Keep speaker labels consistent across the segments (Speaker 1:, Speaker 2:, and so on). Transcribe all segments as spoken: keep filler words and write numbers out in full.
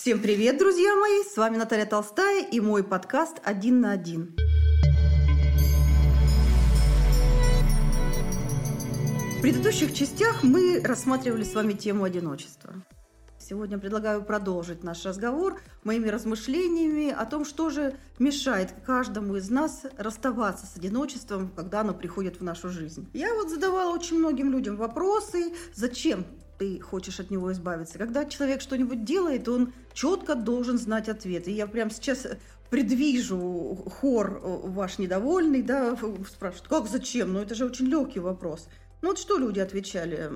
Speaker 1: Всем привет, друзья мои! С вами Наталья Толстая и мой подкаст «Один на один». В предыдущих частях мы рассматривали с вами тему одиночества. Сегодня предлагаю продолжить наш разговор моими размышлениями о том, что же мешает каждому из нас расставаться с одиночеством, когда оно приходит в нашу жизнь. Я вот задавала очень многим людям вопросы, зачем ты хочешь от него избавиться. Когда человек что-нибудь делает, он четко должен знать ответ. И я прямо сейчас предвижу хор ваш недовольный, да, спрашивают, как, зачем? Ну это же очень легкий вопрос. Ну вот что люди отвечали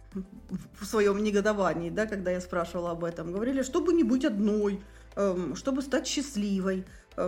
Speaker 1: в своем негодовании, да, когда я спрашивала об этом? Говорили, чтобы не быть одной, чтобы стать счастливой.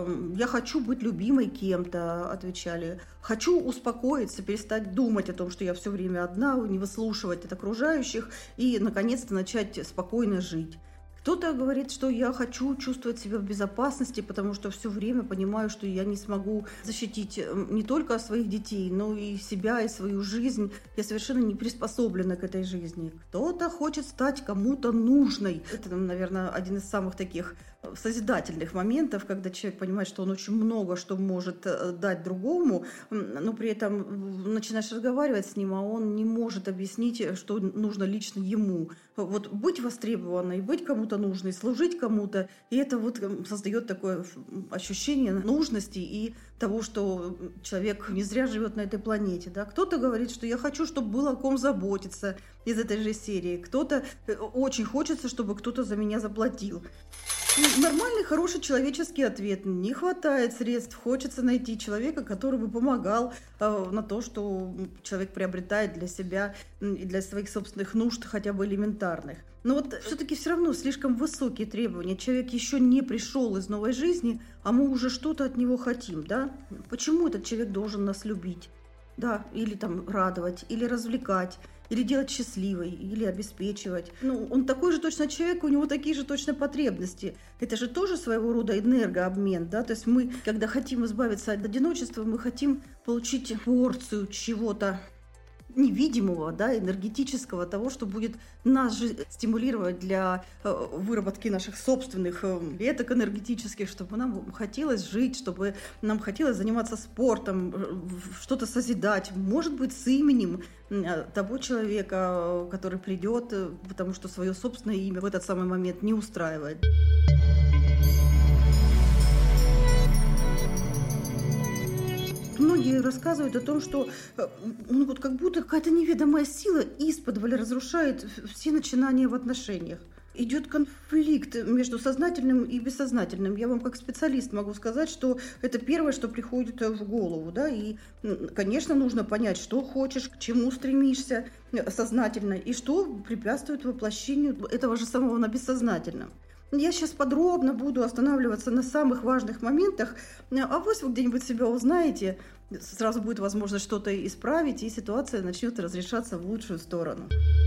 Speaker 1: Я хочу быть любимой кем-то, отвечали. Хочу успокоиться, перестать думать о том, что я все время одна, не выслушивать от окружающих и, наконец-то, начать спокойно жить. Кто-то говорит, что я хочу чувствовать себя в безопасности, потому что все время понимаю, что я не смогу защитить не только своих детей, но и себя, и свою жизнь. Я совершенно не приспособлена к этой жизни. Кто-то хочет стать кому-то нужной. Это, наверное, один из самых таких созидательных моментов, когда человек понимает, что он очень много что может дать другому, но при этом начинаешь разговаривать с ним, а он не может объяснить, что нужно лично ему. Вот быть востребованной, быть кому-то нужной, служить кому-то, и это вот создает такое ощущение нужности и того, что человек не зря живет на этой планете. Да? Кто-то говорит, что я хочу, чтобы было о ком заботиться из этой же серии. Кто-то очень хочется, чтобы кто-то за меня заплатил. Нормальный, хороший человеческий ответ. Не хватает средств, хочется найти человека, который бы помогал э, на то, что человек приобретает для себя и для своих собственных нужд, хотя бы элементарных. Но вот все-таки все равно слишком высокие требования. Человек еще не пришел из новой жизни, а мы уже что-то от него хотим, да? Почему этот человек должен нас любить? Да, или там радовать, или развлекать, или делать счастливой, или обеспечивать. Ну, он такой же точно человек, у него такие же точно потребности. Это же тоже своего рода энергообмен, да? То есть мы, когда хотим избавиться от одиночества, мы хотим получить порцию чего-то невидимого, да, энергетического, того, что будет нас же стимулировать для э, выработки наших собственных э, клеток энергетических, чтобы нам хотелось жить, чтобы нам хотелось заниматься спортом, э, что-то созидать, может быть, с именем э, того человека, который придет, э, потому что свое собственное имя в этот самый момент не устраивает. Многие рассказывают о том, что ну, вот как будто какая-то неведомая сила исподволь разрушает все начинания в отношениях. Идет конфликт между сознательным и бессознательным. Я вам как специалист могу сказать, что это первое, что приходит в голову. Да? И, конечно, нужно понять, что хочешь, к чему стремишься сознательно и что препятствует воплощению этого же самого на бессознательном. Я сейчас подробно буду останавливаться на самых важных моментах, а вы где-нибудь себя узнаете, сразу будет возможность что-то исправить, и ситуация начнет разрешаться в лучшую сторону.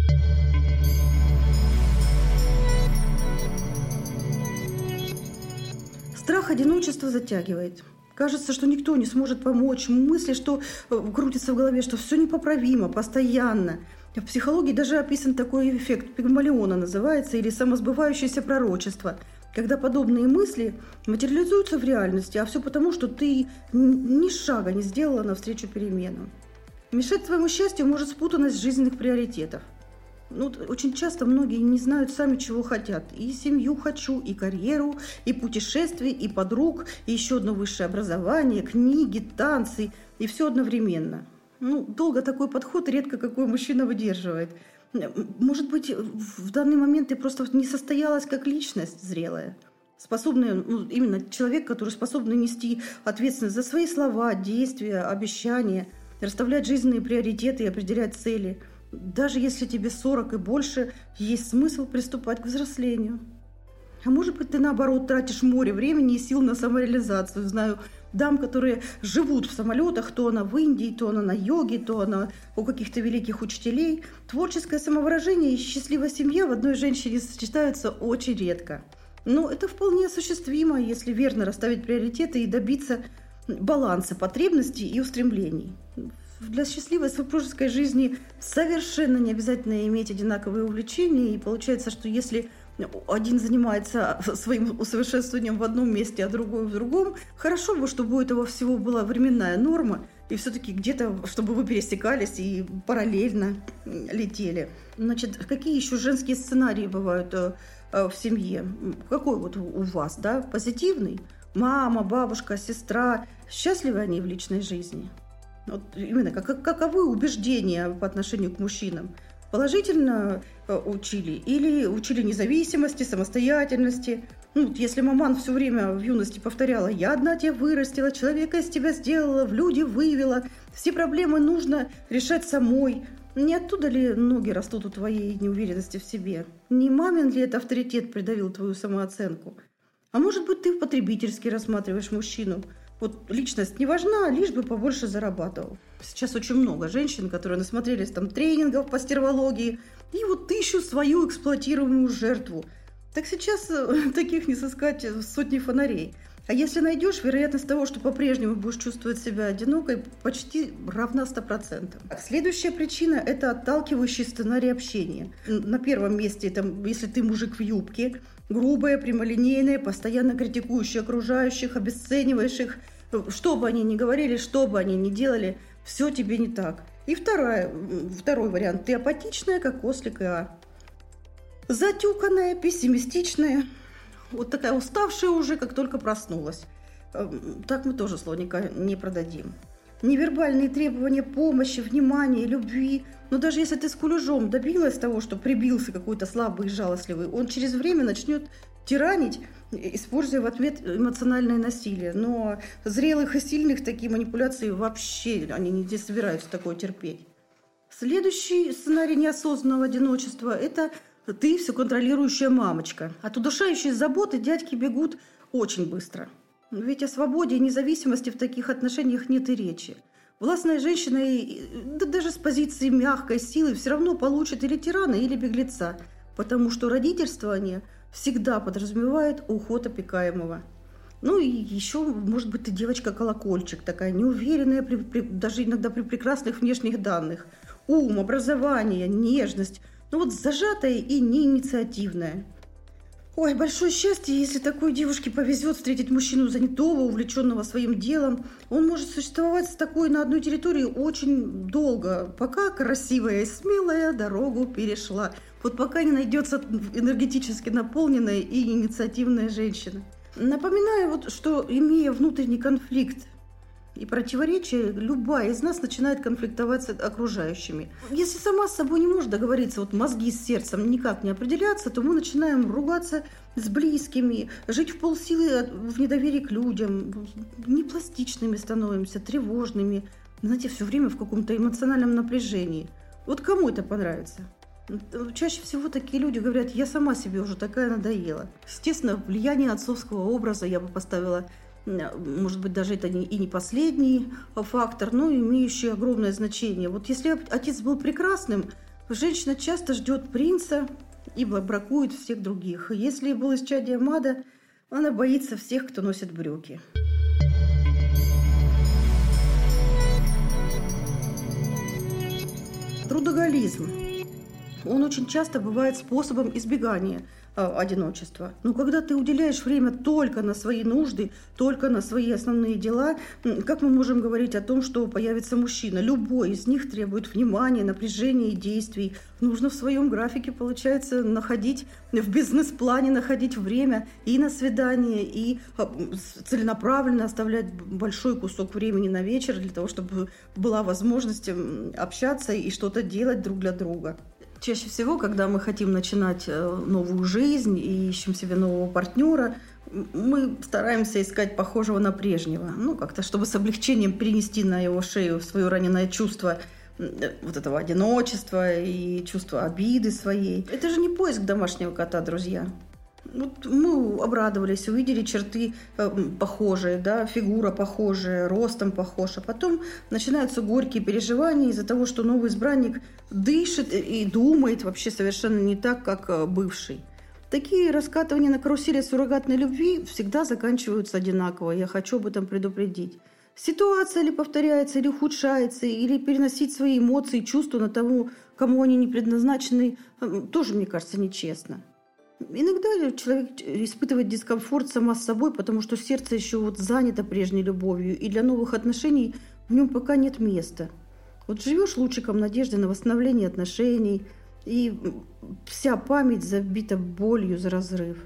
Speaker 1: Страх одиночества затягивает. Кажется, что никто не сможет помочь. Мысли, что крутится в голове, что все непоправимо, постоянно. В психологии даже описан такой эффект, Пигмалиона называется, или самосбывающееся пророчество, когда подобные мысли материализуются в реальности, а все потому, что ты ни шага не сделала навстречу переменам. Мешать твоему счастью может спутанность жизненных приоритетов. Ну, очень часто многие не знают сами, чего хотят. И семью хочу, и карьеру, и путешествия, и подруг, и еще одно высшее образование, книги, танцы, и все одновременно. Ну, долго такой подход редко какой мужчина выдерживает. Может быть, в данный момент ты просто не состоялась как личность зрелая, способная, ну, именно человек, который способен нести ответственность за свои слова, действия, обещания, расставлять жизненные приоритеты и определять цели. Даже если тебе сорок и больше, есть смысл приступать к взрослению. А может быть, ты, наоборот, тратишь море времени и сил на самореализацию. Знаю дам, которые живут в самолетах, то она в Индии, то она на йоге, то она у каких-то великих учителей. Творческое самовыражение и счастливая семья в одной женщине сочетаются очень редко. Но это вполне осуществимо, если верно расставить приоритеты и добиться баланса потребностей и устремлений. Для счастливой супружеской жизни совершенно не обязательно иметь одинаковые увлечения. И получается, что если один занимается своим усовершенствованием в одном месте, а другой в другом. Хорошо бы, чтобы у этого всего была временная норма, и все-таки где-то, чтобы вы пересекались и параллельно летели. Значит, какие еще женские сценарии бывают в семье? Какой вот у вас, да? Позитивный? Мама, бабушка, сестра. Счастливы они в личной жизни? Вот именно как, каковы убеждения по отношению к мужчинам? Положительно учили или учили независимости, самостоятельности? Ну, вот если маман все время в юности повторяла: «Я одна тебя вырастила, человека из тебя сделала, в люди вывела, все проблемы нужно решать самой». Не оттуда ли ноги растут у твоей неуверенности в себе? Не мамин ли это авторитет придавил твою самооценку? А может быть, ты потребительски рассматриваешь мужчину? Вот личность не важна, лишь бы побольше зарабатывал. Сейчас очень много женщин, которые насмотрелись там тренингов по стервологии и вот ищут свою эксплуатируемую жертву. Так сейчас таких не сыскать сотни фонарей. А если найдешь, вероятность того, что по-прежнему будешь чувствовать себя одинокой, почти равна ста процентам. Следующая причина – это отталкивающий сценарий общения. На первом месте это если ты мужик в юбке, грубая, прямолинейная, постоянно критикующая окружающих, обесценивающих. Что бы они ни говорили, что бы они ни делали, все тебе не так. И вторая, второй вариант – ты апатичная, как ослик Иа. Затюканная, пессимистичная, вот такая уставшая уже, как только проснулась. Так мы тоже слоника не продадим. Невербальные требования помощи, внимания, любви. Но даже если ты с кулежом добилась того, что прибился какой-то слабый и жалостливый, он через время начнет тиранить, используя в ответ эмоциональное насилие. Но зрелых и сильных такие манипуляции вообще они не собираются такое терпеть. Следующий сценарий неосознанного одиночества – это ты все контролирующая мамочка. От удушающей заботы дядьки бегут очень быстро. Ведь о свободе и независимости в таких отношениях нет и речи. Властная женщина, да даже с позиции мягкой силы, все равно получит или тирана, или беглеца, потому что родительствование всегда подразумевает уход опекаемого. Ну и еще, может быть, ты девочка-колокольчик, такая неуверенная, при, при, даже иногда при прекрасных внешних данных. Ум, образование, нежность, ну вот зажатая и неинициативная. Ой, большое счастье, если такой девушке повезет встретить мужчину занятого, увлеченного своим делом. Он может существовать с такой на одной территории очень долго, пока красивая и смелая дорогу перешла. Вот пока не найдется энергетически наполненная и инициативная женщина. Напоминаю, вот, что имея внутренний конфликт и противоречия, любая из нас начинает конфликтовать с окружающими. Если сама с собой не может договориться, вот мозги с сердцем никак не определяться, то мы начинаем ругаться с близкими, жить в полсилы в недоверии к людям, непластичными становимся, тревожными, знаете, все время в каком-то эмоциональном напряжении. Вот кому это понравится? Чаще всего такие люди говорят: я сама себе уже такая надоела. Естественно, влияние отцовского образа я бы поставила, может быть, даже это и не последний фактор, но имеющий огромное значение. Вот если отец был прекрасным, женщина часто ждет принца и бракует всех других. Если был исчадием ада, она боится всех, кто носит брюки. Трудоголизм. Он очень часто бывает способом избегания э, одиночества. Но когда ты уделяешь время только на свои нужды, только на свои основные дела, как мы можем говорить о том, что появится мужчина? Любой из них требует внимания, напряжения и действий. Нужно в своем графике, получается, находить, в бизнес-плане находить время и на свидание, и целенаправленно оставлять большой кусок времени на вечер для того, чтобы была возможность общаться и что-то делать друг для друга. Чаще всего, когда мы хотим начинать новую жизнь и ищем себе нового партнера, мы стараемся искать похожего на прежнего. Ну, как-то, чтобы с облегчением перенести на его шею свое раненое чувство вот этого одиночества и чувство обиды своей. Это же не поиск домашнего кота, друзья. Вот мы обрадовались, увидели черты похожие, да, фигура похожая, ростом похож, а потом начинаются горькие переживания из-за того, что новый избранник дышит и думает вообще совершенно не так, как бывший. Такие раскатывания на карусели суррогатной любви всегда заканчиваются одинаково, я хочу об этом предупредить. Ситуация ли повторяется, или ухудшается, или переносить свои эмоции и чувства на того, кому они не предназначены, тоже, мне кажется, нечестно. Иногда человек испытывает дискомфорт сама с собой, потому что сердце еще вот занято прежней любовью, и для новых отношений в нем пока нет места. Вот живешь лучиком надежды на восстановление отношений, и вся память забита болью за разрыв.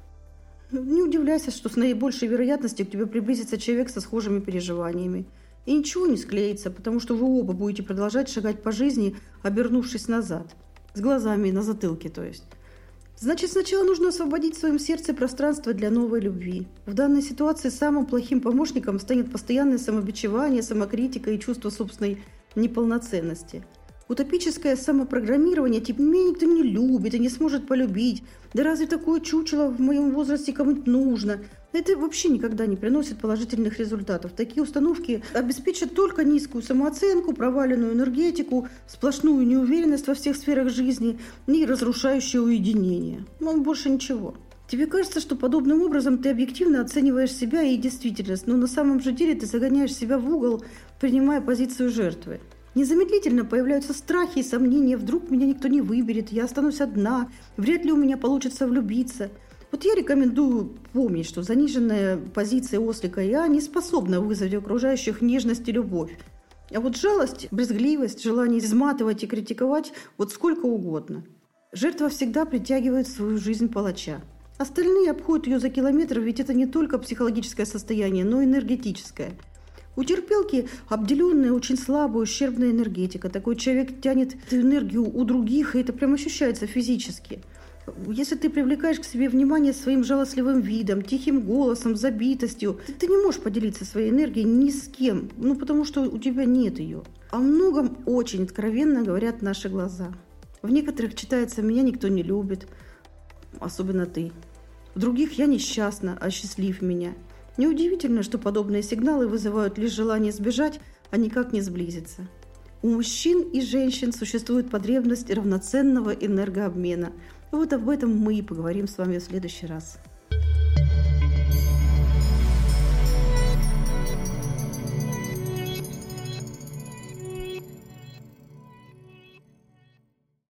Speaker 1: Не удивляйся, что с наибольшей вероятностью к тебе приблизится человек со схожими переживаниями. И ничего не склеится, потому что вы оба будете продолжать шагать по жизни, обернувшись назад. С глазами на затылке, то есть. Значит, сначала нужно освободить в своем сердце пространство для новой любви. В данной ситуации самым плохим помощником станет постоянное самобичевание, самокритика и чувство собственной неполноценности. Утопическое самопрограммирование, типа «меня никто не любит и не сможет полюбить», «да разве такое чучело в моем возрасте кому-нибудь нужно?» Это вообще никогда не приносит положительных результатов. Такие установки обеспечат только низкую самооценку, проваленную энергетику, сплошную неуверенность во всех сферах жизни и разрушающее уединение. Но больше ничего. Тебе кажется, что подобным образом ты объективно оцениваешь себя и действительность, но на самом же деле ты загоняешь себя в угол, принимая позицию жертвы. Незамедлительно появляются страхи и сомнения. Вдруг меня никто не выберет, я останусь одна, вряд ли у меня получится влюбиться. Вот я рекомендую помнить, что заниженная позиция ослика «я» не способна вызвать у окружающих нежность и любовь. А вот жалость, брезгливость, желание изматывать и критиковать вот сколько угодно. Жертва всегда притягивает в свою жизнь палача. Остальные обходят ее за километр, ведь это не только психологическое состояние, но и энергетическое. У терпелки обделенная, очень слабая, ущербная энергетика. Такой человек тянет энергию у других, и это прям ощущается физически. Если ты привлекаешь к себе внимание своим жалостливым видом, тихим голосом, забитостью, ты не можешь поделиться своей энергией ни с кем, ну потому что у тебя нет ее. О многом очень откровенно говорят наши глаза. В некоторых читается «меня никто не любит», особенно ты. В других «я несчастна, осчастлив меня». Неудивительно, что подобные сигналы вызывают лишь желание сбежать, а никак не сблизиться. У мужчин и женщин существует потребность равноценного энергообмена. Вот об этом мы и поговорим с вами в следующий раз.